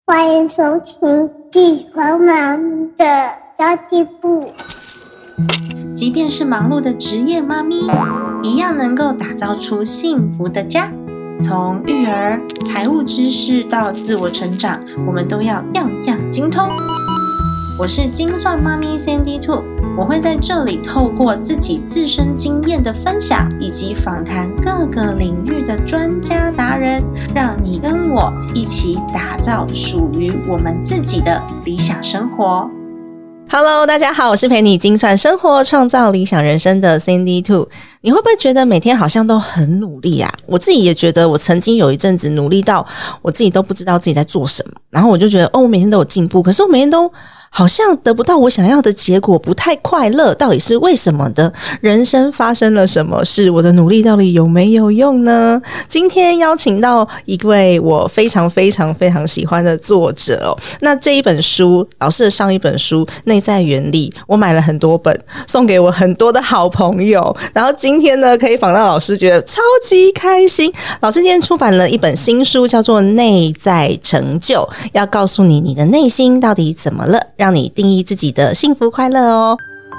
欢迎收听地黄妈咪的交际部。 即便是忙碌的职业妈咪，一样能够打造出幸福的家。从育儿、财务知识到自我成长，我们都要样样精通。我是精算妈咪 Sandy Two， 我会在这里透过自己自身经验的分享，以及访谈各个领域的专家达人，让你跟我一起打造属于我们自己的理想生活。 Hello， 大家好，我是陪你精算生活、创造理想人生的 Sandy Two。你会不会觉得每天好像都很努力啊？我自己也觉得，我曾经有一阵子努力到我自己都不知道自己在做什么，然后我就觉得我每天都有进步，可是我每天都好像得不到我想要的结果，不太快乐，到底是为什么的？人生发生了什么事？我的努力到底有没有用呢？今天邀请到一位我非常非常非常喜欢的作者哦。那这一本书，老师的上一本书《内在原理》，我买了很多本，送给我很多的好朋友。然后今天呢，可以访到老师，觉得超级开心。老师今天出版了一本新书，叫做《内在成就》，要告诉你你的内心到底怎么了，让你定义自己的幸福快乐哦。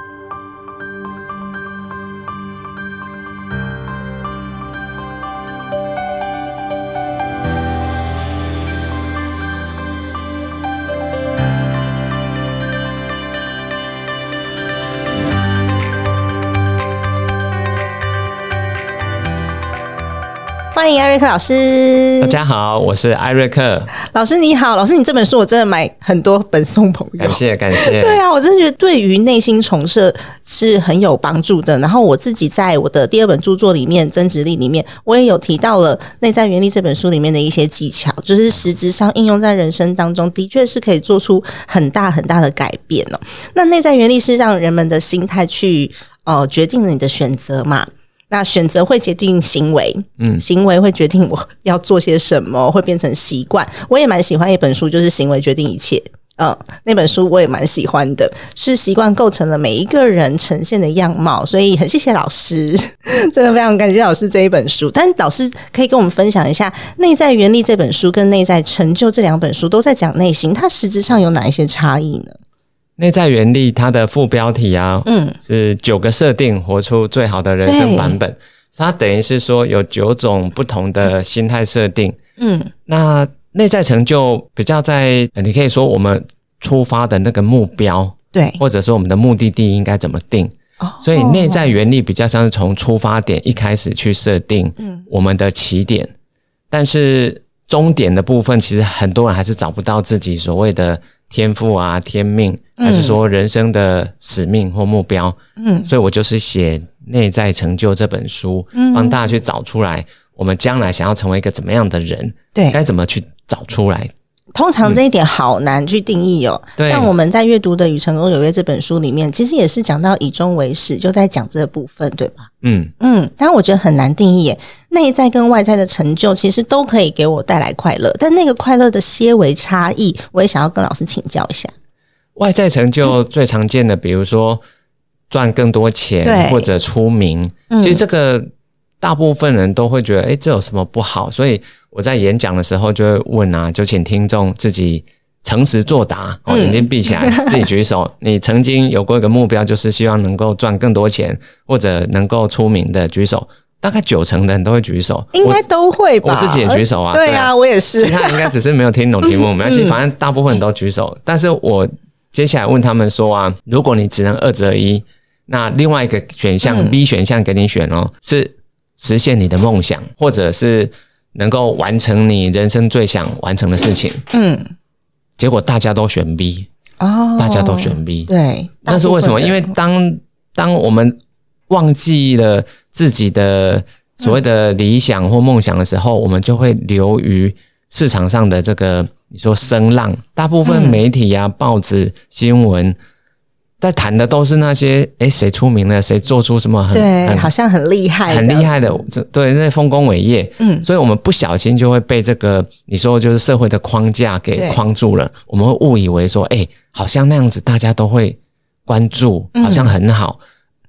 欢迎艾瑞克老师。 大家好，我是艾瑞克老师。你好，老师，你这本书我真的买很多本送朋友， 感谢感谢。 对啊，我真的觉得对于内心重设是很有帮助的。然后我自己在我的第二本著作里面《增值力》里面，我也有提到了《内在原理》这本书里面的一些技巧，就是实质上应用在人生当中，的确是可以做出很大很大的改变哦。那内在原理是让人们的心态去决定了你的选择嘛。那选择会决定行为，行为会决定我要做些什么，会变成习惯。我也蛮喜欢一本书，就是《行为决定一切》。那本书我也蛮喜欢的，是习惯构成了每一个人呈现的样貌，所以很谢谢老师，真的非常感谢老师这一本书。但老师可以跟我们分享一下《内在原理》这本书跟《内在成就》这两本书都在讲内心，它实质上有哪一些差异呢？ 内在原理它的副标题啊，是9个设定活出最好的人生版本。它等于是说有9种不同的心态设定。那内在成就比较在你可以说我们出发的那个目标，对，或者说我们的目的地应该怎么定。所以内在原理比较像是从出发点一开始去设定我们的起点，但是终点的部分其实很多人还是找不到自己所谓的天赋啊、天命，还是说人生的使命或目标。所以我就是写《内在成就》这本书，帮大家去找出来我们将来想要成为一个怎么样的人，对，该怎么去找出来。 通常这一点好难去定义哦。像我们在阅读的《与成功有约》这本书里面，其实也是讲到以终为始，就在讲这个部分，对吧？但我觉得很难定义耶。内在跟外在的成就其实都可以给我带来快乐，但那个快乐的些微差异，我也想要跟老师请教一下。 外在成就最常见的，比如说赚更多钱或者出名，其实这个大部分人都会觉得这有什么不好？所以我在演讲的时候就会问啊，就请听众自己诚实作答，眼睛闭起来，自己举手。你曾经有过一个目标，就是希望能够赚更多钱或者能够出名的，举手。大概90%的人都会举手， 应该都会吧？ 我自己也举手啊。 对啊，我也是。 其他应该只是没有听懂题目，没关系，反正大部分人都举手。但是我接下来问他们说啊，如果你只能2择1，那另外一个选项 B 选项给你选是实现你的梦想，或者是能够完成你人生最想完成的事情。结果大家都选 B。大家都选 B。对，那是为什么？因为当我们忘记了自己的所谓的理想或梦想的时候，我们就会流于市场上的这个你说声浪。大部分媒体啊、报纸、新闻在谈的都是那些谁出名了，谁做出什么好像很厉害的，对，那丰功伟业。所以我们不小心就会被这个你说就是社会的框架给框住了，我们会误以为说好像那样子大家都会关注，好像很好。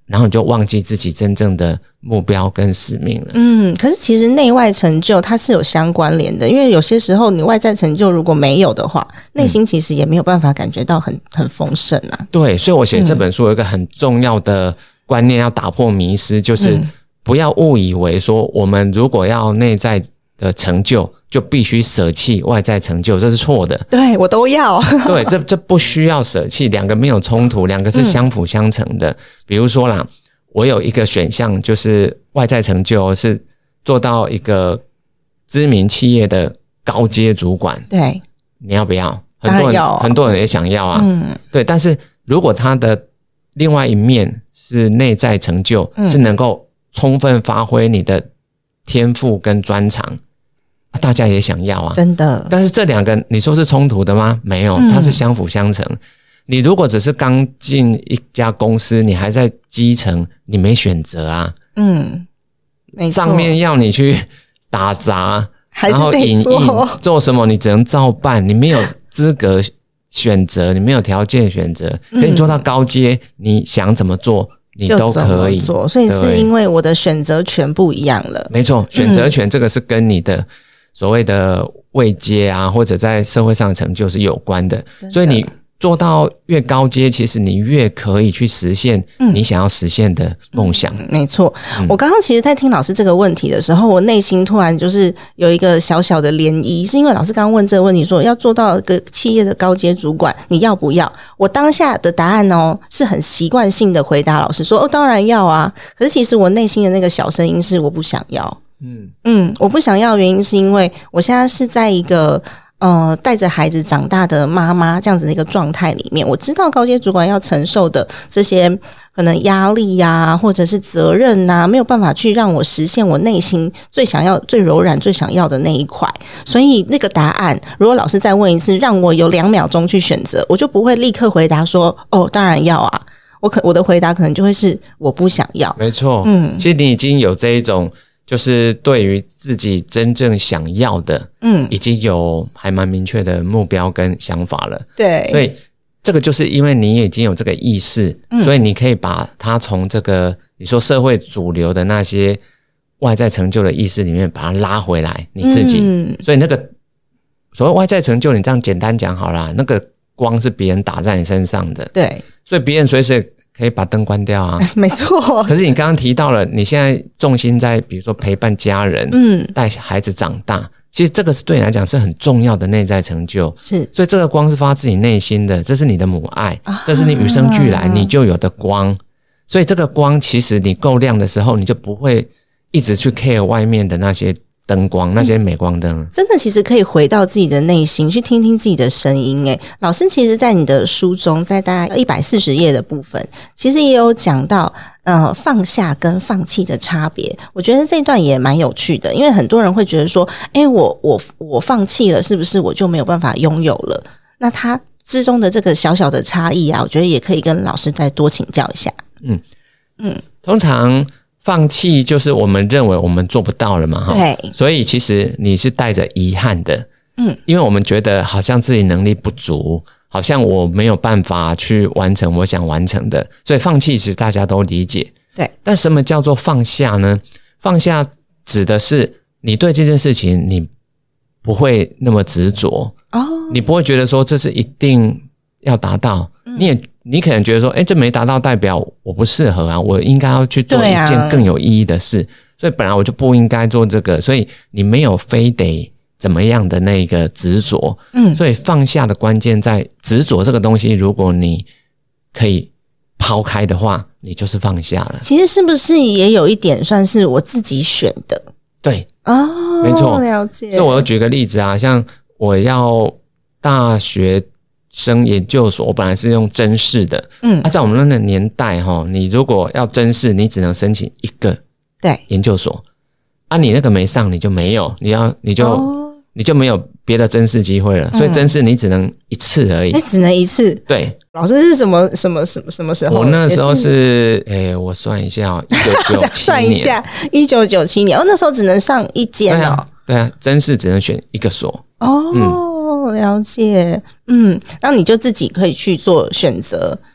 然后你就忘记自己真正的目标跟使命了。 可是其实内外成就它是有相关联的，因为有些时候你外在成就如果没有的话，内心其实也没有办法感觉到很丰盛啊。 对，所以我写这本书有一个很重要的观念要打破迷思，就是不要误以为说我们如果要内在的成就就必须舍弃外在成就，这是错的。 对，我都要。 对，这不需要舍弃，两个没有冲突，两个是相辅相成的。比如说啦，我有一个选项就是外在成就是做到一个知名企业的高阶主管。对，你要不要？很多人也想要啊。对，但是如果他的另外一面是内在成就，是能够充分发挥你的天赋跟专长，大家也想要啊，真的。但是这两个你说是冲突的吗？没有，它是相辅相成。你如果只是刚进一家公司，你还在基层，你没选择啊。没错，上面要你去打杂，然后影印做什么，你只能照办，你没有资格选择，你没有条件选择。可你做到高阶，你想怎么做你都可以做， 所以是因为我的选择权不一样了。 没错，选择权这个是跟你的所谓的位阶啊，或者在社会上的成就是有关的。所以你做到越高阶，其实你越可以去实现你想要实现的梦想。 没错，我刚刚其实在听老师这个问题的时候，我内心突然就是有一个小小的涟漪，是因为老师刚刚问这个问题说要做到一个企业的高阶主管，你要不要？我当下的答案是很习惯性的回答老师说当然要啊。可是其实我内心的那个小声音是我不想要。我不想要的原因是因为我现在是在一个带着孩子长大的妈妈这样子的一个状态里面，我知道高阶主管要承受的这些可能压力啊，或者是责任啊，没有办法去让我实现我内心最想要、最柔软、最想要的那一块。所以那个答案，如果老师再问一次，让我有2秒钟去选择，我就不会立刻回答说当然要啊。我的回答可能就会是我不想要。 没错，其实你已经有这一种。就是对于自己真正想要的，已经有还蛮明确的目标跟想法了。对，所以这个就是因为你已经有这个意识，所以你可以把它从这个你说社会主流的那些外在成就的意识里面把它拉回来你自己。所以那个所谓外在成就，你这样简单讲好啦，那个光是别人打在你身上的。对，所以别人随时可以把灯关掉啊。没错。可是你刚刚提到了，你现在重心在比如说陪伴家人，带孩子长大，其实这个是对你来讲是很重要的内在成就。是，所以这个光是发自你内心的，这是你的母爱，这是你与生俱来你就有的光。所以这个光其实你够亮的时候，你就不会一直去 care 外面的那些灯光，那些镁光灯。真的其实可以回到自己的内心去听听自己的声音。老师其实在你的书中，在大概140页的部分，其实也有讲到放下跟放弃的差别。我觉得这一段也蛮有趣的，因为很多人会觉得说我放弃了，是不是我就没有办法拥有了？那它之中的这个小小的差异啊，我觉得也可以跟老师再多请教一下。通常放弃就是我们认为我们做不到了嘛，对，所以其实你是带着遗憾的，因为我们觉得好像自己能力不足，好像我没有办法去完成我想完成的，所以放弃其实大家都理解。对，但什么叫做放下呢？放下指的是你对这件事情你不会那么执着，你不会觉得说这是一定要达到，你可能觉得说这没达到代表我不适合啊，我应该要去做一件更有意义的事，所以本来我就不应该做这个，所以你没有非得怎么样的那个执着。所以放下的关键在执着这个东西，如果你可以抛开的话，你就是放下了。其实是不是也有一点算是我自己选的？对，没错，了解。所以我举个例子啊，像我要大学生研究所，我本来是用甄试的，在我们那个年代你如果要甄试，你只能申请一个研究所，你那个没上，你就没有，你就没有别的甄试机会了，所以甄试你只能一次而已。只能一次？对。老师是什么时候？我那时候是我算一下1997年。算一下，1997年，那时候只能上一间哦。对啊，甄试只能选一个所。了解。那你就自己可以去做选择，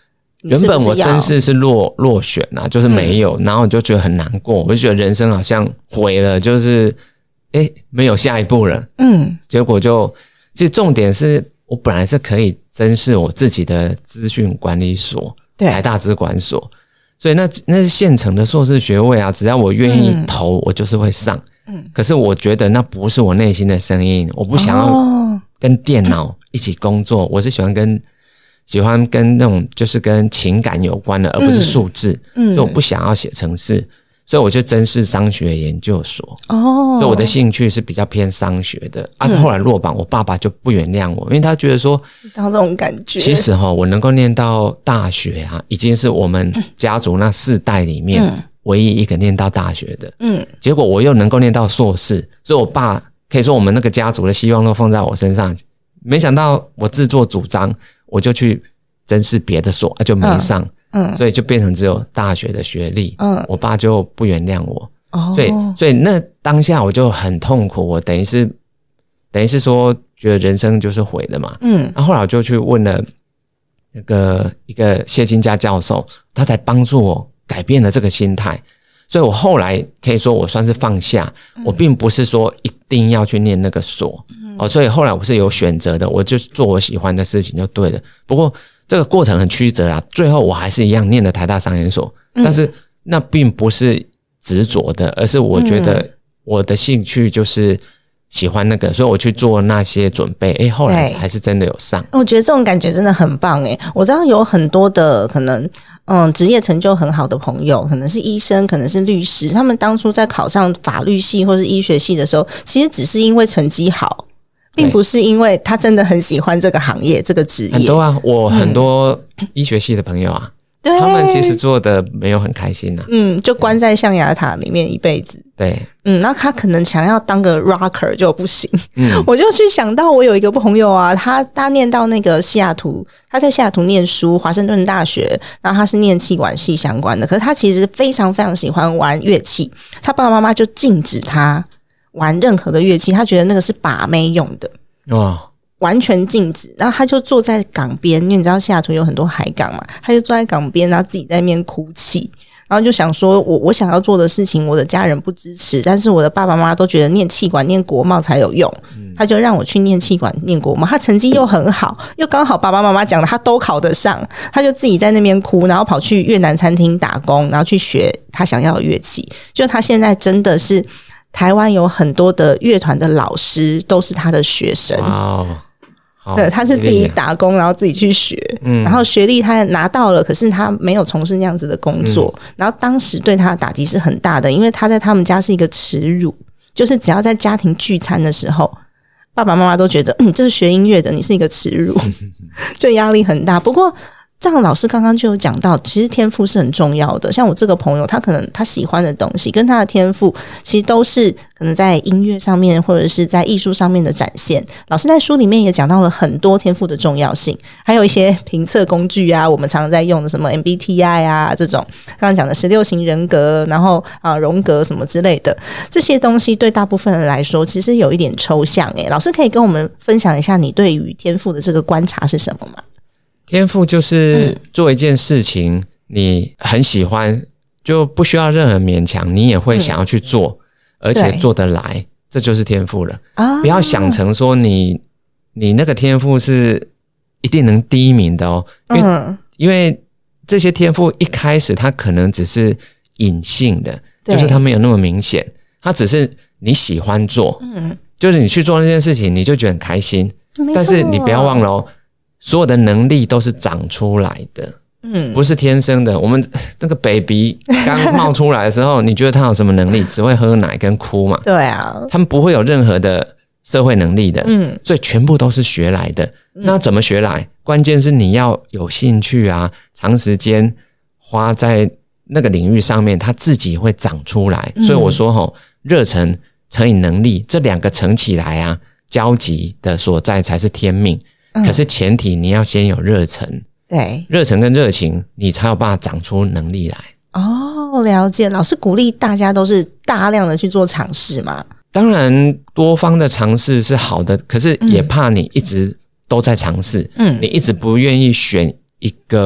原本我甄试是落选啊，就是没有，然后我就觉得很难过，我就觉得人生好像毁了，就是没有下一步了。结果其实重点是我本来是可以甄试我自己的资讯管理所，台大资管所，所以那是现成的硕士学位啊，只要我愿意投，我就是会上。可是我觉得那不是我内心的声音，我不想要跟电脑一起工作，我是喜欢跟那种就是跟情感有关的，而不是数字。所以我不想要写程式，所以我就甄试商学研究所。所以我的兴趣是比较偏商学的。后来落榜，我爸爸就不原谅我，因为他觉得说， 知道这种感觉。其实我能够念到大学啊，已经是我们家族那4代里面唯一一个念到大学的。结果我又能够念到硕士，所以我爸可以说我们那个家族的希望都放在我身上。没想到我自作主张，我就去甄试别的所，就没上。所以就变成只有大学的学历。我爸就不原谅我。所以那当下我就很痛苦，我等于是说觉得人生就是毁了嘛。后来我就去问了一个谢金嘉教授，他才帮助我改变了这个心态。所以我后来可以说我算是放下，我并不是说一定要去念那个所。所以后来我是有选择的，我就做我喜欢的事情就对了。不过这个过程很曲折啦，最后我还是一样念了台大商研所。但是那并不是执着的，而是我觉得我的兴趣就是喜欢那个，所以我去做那些准备。后来还是真的有上。 我觉得这种感觉真的很棒。我知道有很多的可能职业成就很好的朋友，可能是医生，可能是律师，他们当初在考上法律系或是医学系的时候，其实只是因为成绩好，并不是因为他真的很喜欢这个行业这个职业。 很多啊，我很多医学系的朋友啊，他们其实做的没有很开心啊。就关在象牙塔里面一辈子。对。然后他可能想要当个 rocker 就不行。我就去想到我有一个朋友啊，他念到那个西雅图，他在西雅图念书，华盛顿大学，然后他是念企管系相关的，可是他其实非常非常喜欢玩乐器，他爸爸妈妈就禁止他玩任何的乐器，他觉得那个是把妹用的。完全禁止。然后他就坐在港边，因为你知道西雅图有很多海港嘛，他就坐在港边，然后自己在那边哭泣，然后就想说我想要做的事情我的家人不支持，但是我的爸爸妈妈都觉得念企管念国贸才有用，他就让我去念企管念国贸，他成绩又很好，又刚好爸爸妈妈讲的他都考得上，他就自己在那边哭，然后跑去越南餐厅打工，然后去学他想要的乐器。就他现在真的是台湾有很多的乐团的老师都是他的学生。对，他是自己打工然后自己去学，然后学历他拿到了，可是他没有从事那样子的工作，然后当时对他的打击是很大的，因为他在他们家是一个耻辱，就是只要在家庭聚餐的时候，爸爸妈妈都觉得这是学音乐的，你是一个耻辱，就压力很大。不过这样老师刚刚就有讲到，其实天赋是很重要的。像我这个朋友，他可能他喜欢的东西跟他的天赋其实都是可能在音乐上面或者是在艺术上面的展现。老师在书里面也讲到了很多天赋的重要性，还有一些评测工具啊，我们常常在用的什么 MBTI 啊，这种刚刚讲的16型人格，然后荣格什么之类的，这些东西对大部分人来说其实有一点抽象。老师可以跟我们分享一下你对于天赋的这个观察是什么吗？天赋就是做一件事情你很喜欢，就不需要任何勉强，你也会想要去做，而且做得来，这就是天赋了。不要想成说你那个天赋是一定能第一名的哦，因为这些天赋一开始它可能只是隐性的，就是它没有那么明显，它只是你喜欢做，就是你去做那件事情你就觉得很开心，但是你不要忘了哦，所有的能力都是长出来的，不是天生的。我们那个 baby 刚冒出来的时候，你觉得他有什么能力？只会喝奶跟哭嘛？对啊，他们不会有任何的社会能力的，所以全部都是学来的。那怎么学来？关键是你要有兴趣啊，长时间花在那个领域上面，它自己会长出来。所以我说热忱乘以能力，这两个乘起来啊，交集的所在才是天命。可是前提你要先有热忱，对，热忱跟热情，你才有办法长出能力来。 了解。老师鼓励大家都是大量的去做尝试嘛？ 当然多方的尝试是好的，可是也怕你一直都在尝试，你一直不愿意选一个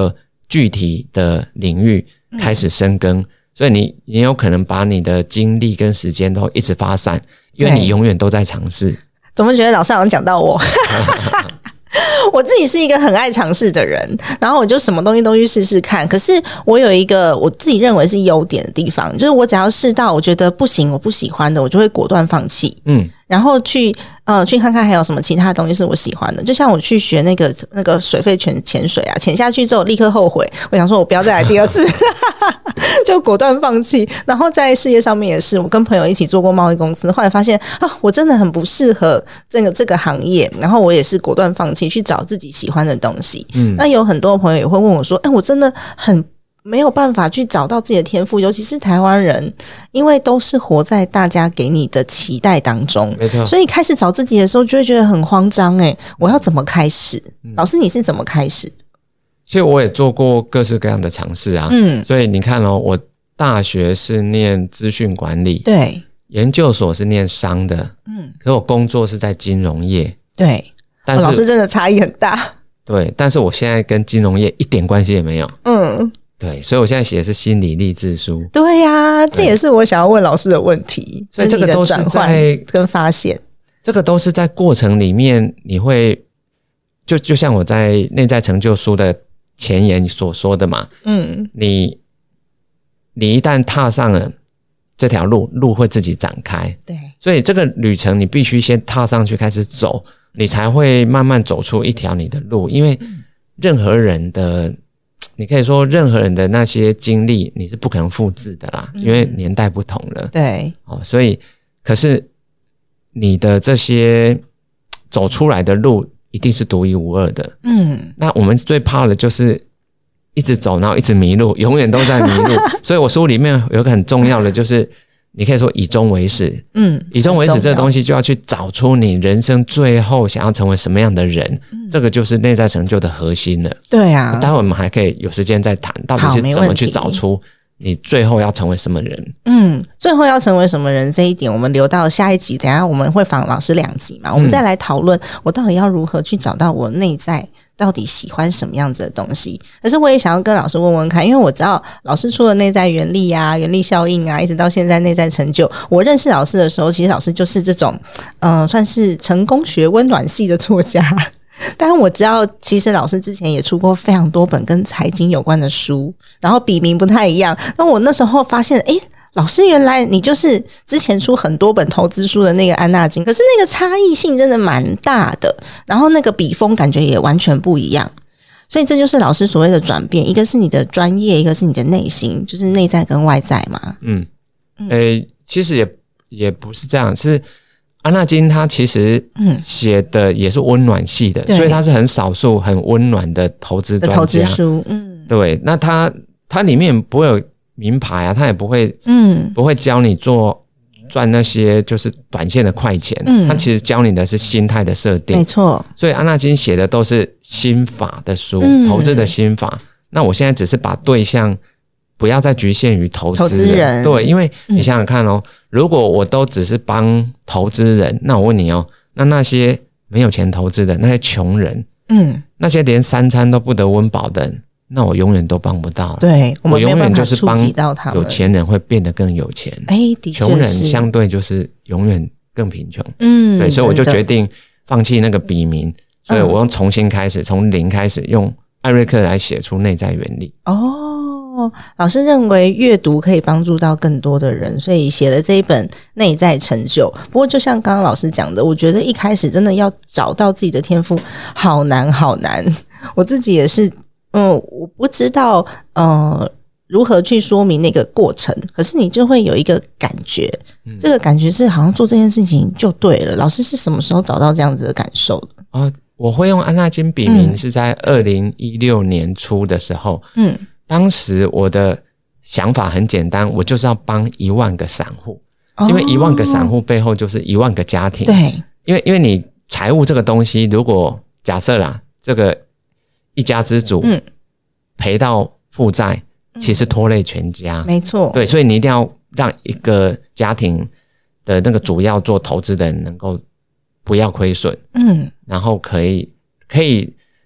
具体的领域开始深耕，所以你有可能把你的精力跟时间都一直发散，因为你永远都在尝试。 怎么觉得老师好像讲到我？我自己是一个很爱尝试的人，然后我就什么东西都去试试看。可是我有一个我自己认为是优点的地方，就是我只要试到我觉得不行，我不喜欢的，我就会果断放弃。然后去看看还有什么其他的东西是我喜欢的。就像我去学那个水肺潜水啊，潜下去之后立刻后悔，我想说我不要再来第二次，就果断放弃。然后在事业上面也是，我跟朋友一起做过贸易公司，后来发现我真的很不适合这个行业，然后我也是果断放弃，去找自己喜欢的东西。那有很多朋友也会问我说，我真的很没有办法去找到自己的天赋，尤其是台湾人，因为都是活在大家给你的期待当中， 没错。 所以开始找自己的时候，就会觉得很慌张。我要怎么开始？老师，你是怎么开始的？ 其实我也做过各式各样的尝试啊。所以你看我大学是念资讯管理，对，研究所是念商的，可我工作是在金融业，对。但是老师真的差异很大，对。但是我现在跟金融业一点关系也没有，对，所以我现在写的是心理励志书。对呀，这也是我想要问老师的问题。所以这个都是在跟发现，这个都是在过程里面，你会就像我在内在成就书的前言所说的嘛，你一旦踏上了这条路会自己展开。对，所以这个旅程你必须先踏上去开始走，你才会慢慢走出一条你的路。因为任何人的你可以说任何人的那些经历你是不可能复制的啦，因为年代不同了。对，所以可是你的这些走出来的路一定是独一无二的。那我们最怕的就是一直走然后一直迷路，永远都在迷路。所以我书里面有一个很重要的，就是你可以说以终为始。以终为始这个东西就要去找出你人生最后想要成为什么样的人，这个就是内在成就的核心了。对啊，待会我们还可以有时间再谈到底是怎么去找出你最后要成为什么人。最后要成为什么人这一点我们留到下一集，等一下我们会访老师2集嘛，我们再来讨论我到底要如何去找到我内在到底喜欢什么样子的东西。可是我也想要跟老师问问看，因为我知道老师出了内在原力啊、原力效应啊，一直到现在内在成就。我认识老师的时候，其实老师就是这种算是成功学温暖系的作家。但我知道其实老师之前也出过非常多本跟财经有关的书，然后笔名不太一样。那我那时候发现老师原来你就是之前出很多本投资书的那个安纳金，可是那个差异性真的蛮大的，然后那个笔锋感觉也完全不一样。所以这就是老师所谓的转变，一个是你的专业，一个是你的内心，就是内在跟外在嘛。其实也不是这样，是安纳金他其实写的也是温暖系的，所以他是很少数很温暖的投资专家。投资书，对，那他里面不会有名牌啊，他也不会教你赚那些就是短线的快钱，他其实教你的是心态的设定。没错，所以安纳金写的都是心法的书，投资的心法。那我现在只是把对象不要再局限于投资人，对，因为你想想看如果我都只是帮投资人，那我问你那些没有钱投资的那些穷人，那些连3餐都不得温饱的人，那我永远都帮不到。对，我永远就是帮有钱人会变得更有钱。的确是，穷人相对就是永远更贫穷。对，所以我就决定放弃那个笔名，所以我用重新开始，从零开始，用艾瑞克来写出内在原理。老师认为阅读可以帮助到更多的人，所以写了这一本内在成就。不过就像刚刚老师讲的，我觉得一开始真的要找到自己的天赋好难好难。我自己也是我不知道如何去说明那个过程，可是你就会有一个感觉，这个感觉是好像做这件事情就对了。老师是什么时候找到这样子的感受的？我会用安纳金笔名是在2016年初的时候。当时我的想法很简单，我就是要帮1万个散户，因为1万个散户背后就是1万个家庭。对，因为你财务这个东西，如果假设啦，这个一家之主赔到负债，其实拖累全家。没错，对，所以你一定要让一个家庭的那个主要做投资的人能够不要亏损，然后可以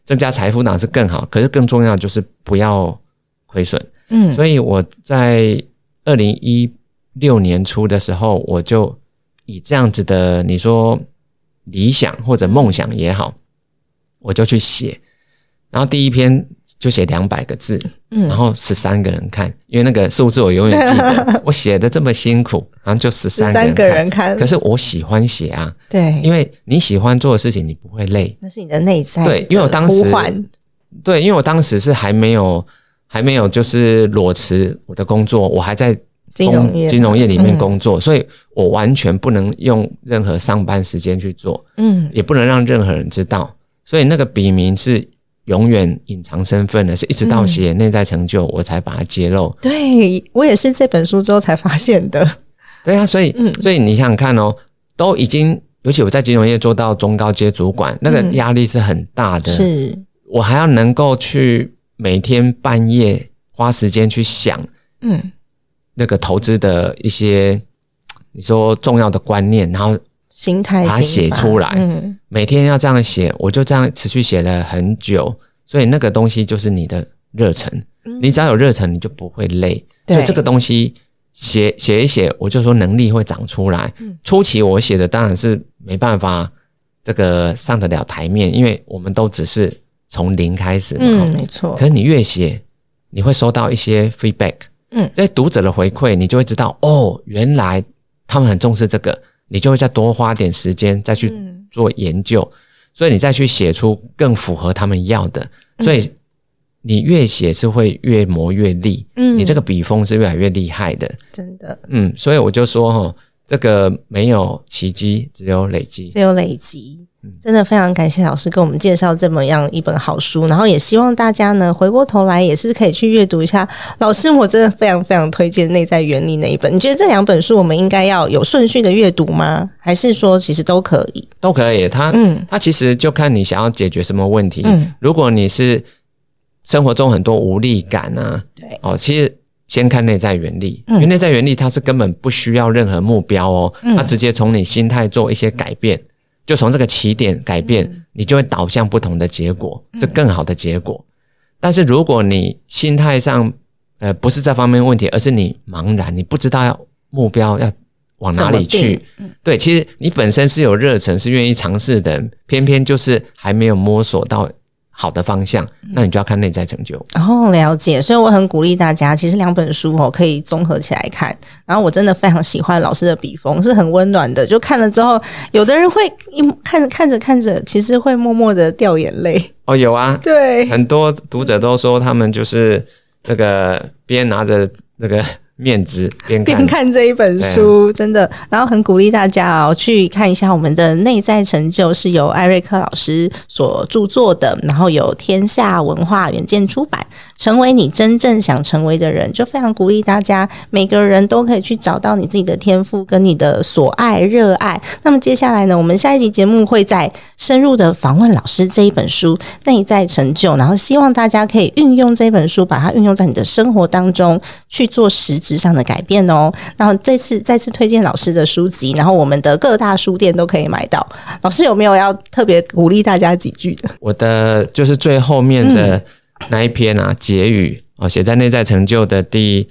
增加财富当然是更好，可是更重要就是不要亏损。所以我在2016年初的时候，我就以这样子的你说理想或者梦想也好，我就去写，然后第一篇就写200个字，然后13个人看，因为那个数字我永远记得我写的这么辛苦，然后就13个人看，可是我喜欢写啊， 对， 因为你喜欢做的事情你不会累， 那是你的内在的呼唤。 对，因为我当时是还没有就是裸辞我的工作，我还在金融业里面工作，所以我完全不能用任何上班时间去做，也不能让任何人知道，所以那个笔名是永远隐藏身份的，是一直到写内在成就我才把它揭露。 对，我也是这本书之后才发现的。 对啊，所以你想想看哦，都已经，尤其我在金融业做到中高阶主管，那个压力是很大的，是我还要能够去每天半夜花时间去想那个投资的一些你说重要的观念，然后心态把它写出来，每天要这样写，我就这样持续写了很久，所以那个东西就是你的热忱，你只要有热忱你就不会累，所以这个东西写一写，我就说能力会长出来。初期我写的当然是没办法这个上得了台面，因为我们都只是从零开始嘛， 没错。 可是你越写你会收到一些 feedback，在读者的回馈你就会知道哦，原来他们很重视这个，你就会再多花点时间再去做研究，所以你再去写出更符合他们要的，所以你越写是会越磨越利，你这个笔锋是越来越厉害的， 真的。 所以我就说这个没有奇迹，只有累积。真的非常感谢老师给我们介绍这么样一本好书，然后也希望大家呢回过头来也是可以去阅读一下老师我真的非常非常推荐内在原理那一本。你觉得这2本书我们应该要有顺序的阅读吗？还是说其实都可以？ 都可以，它其实就看你想要解决什么问题。如果你是生活中很多无力感啊，对其实先看内在原理，因为内在原理它是根本不需要任何目标它直接从你心态做一些改变，就从这个起点改变，你就会导向不同的结果，是更好的结果。但是如果你心态上不是这方面问题，而是你茫然，你不知道目标要往哪里去，对，其实你本身是有热忱，是愿意尝试的，偏偏就是还没有摸索到好的方向，那你就要看内在成就。 了解。所以我很鼓励大家，其实2本书可以综合起来看，然后我真的非常喜欢老师的笔锋，是很温暖的，就看了之后有的人会看着其实会默默的掉眼泪。 有啊， 对， 很多读者都说他们就是那个边拿着那个面纸边看这一本书，真的。然后很鼓励大家去看一下我们的内在成就，是由艾瑞克老师所著作的，然后由天下文化远见出版，成为你真正想成为的人。就非常鼓励大家，每个人都可以去找到你自己的天赋跟你的所爱热爱。那么接下来呢，我们下一集节目会再深入的访问老师这一本书内在成就，然后希望大家可以运用这本书，把它运用在你的生活当中去做实质上的改变哦。然后再次推荐老师的书籍，然后我们的各大书店都可以买到。老师有没有要特别鼓励大家几句的？ 我的就是最后面的那一篇结语写在内在成就的第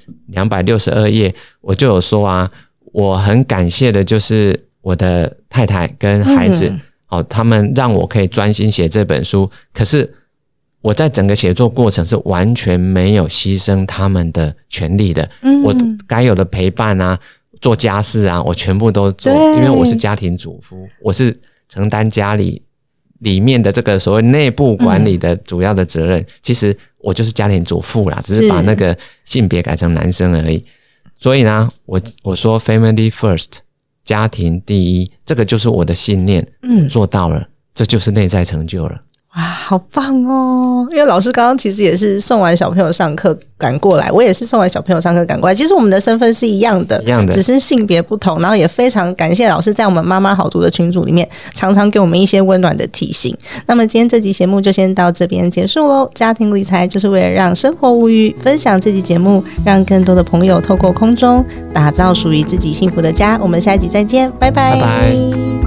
262页，我就有说我很感谢的就是我的太太跟孩子他们让我可以专心写这本书，可是我在整个写作过程是完全没有牺牲他们的权利的，我该有的陪伴做家事我全部都做，因为我是家庭主妇，我是承担家里面的这个所谓内部管理的主要的责任，其实我就是家庭主妇啦，只是把那个性别改成男生而已。所以呢，我说 family first， 家庭第一，这个就是我的信念，做到了，这就是内在成就了。 哇，好棒哦！因为老师刚刚其实也是送完小朋友上课赶过来，我也是送完小朋友上课赶过来，其实我们的身份是一样的，只是性别不同。然后也非常感谢老师在我们妈妈好读的群组里面常常给我们一些温暖的提醒。那么今天这集节目就先到这边结束咯。家庭理财就是为了让生活无虞，分享这集节目，让更多的朋友透过空中打造属于自己幸福的家。我们下一集再见，拜拜。 拜拜。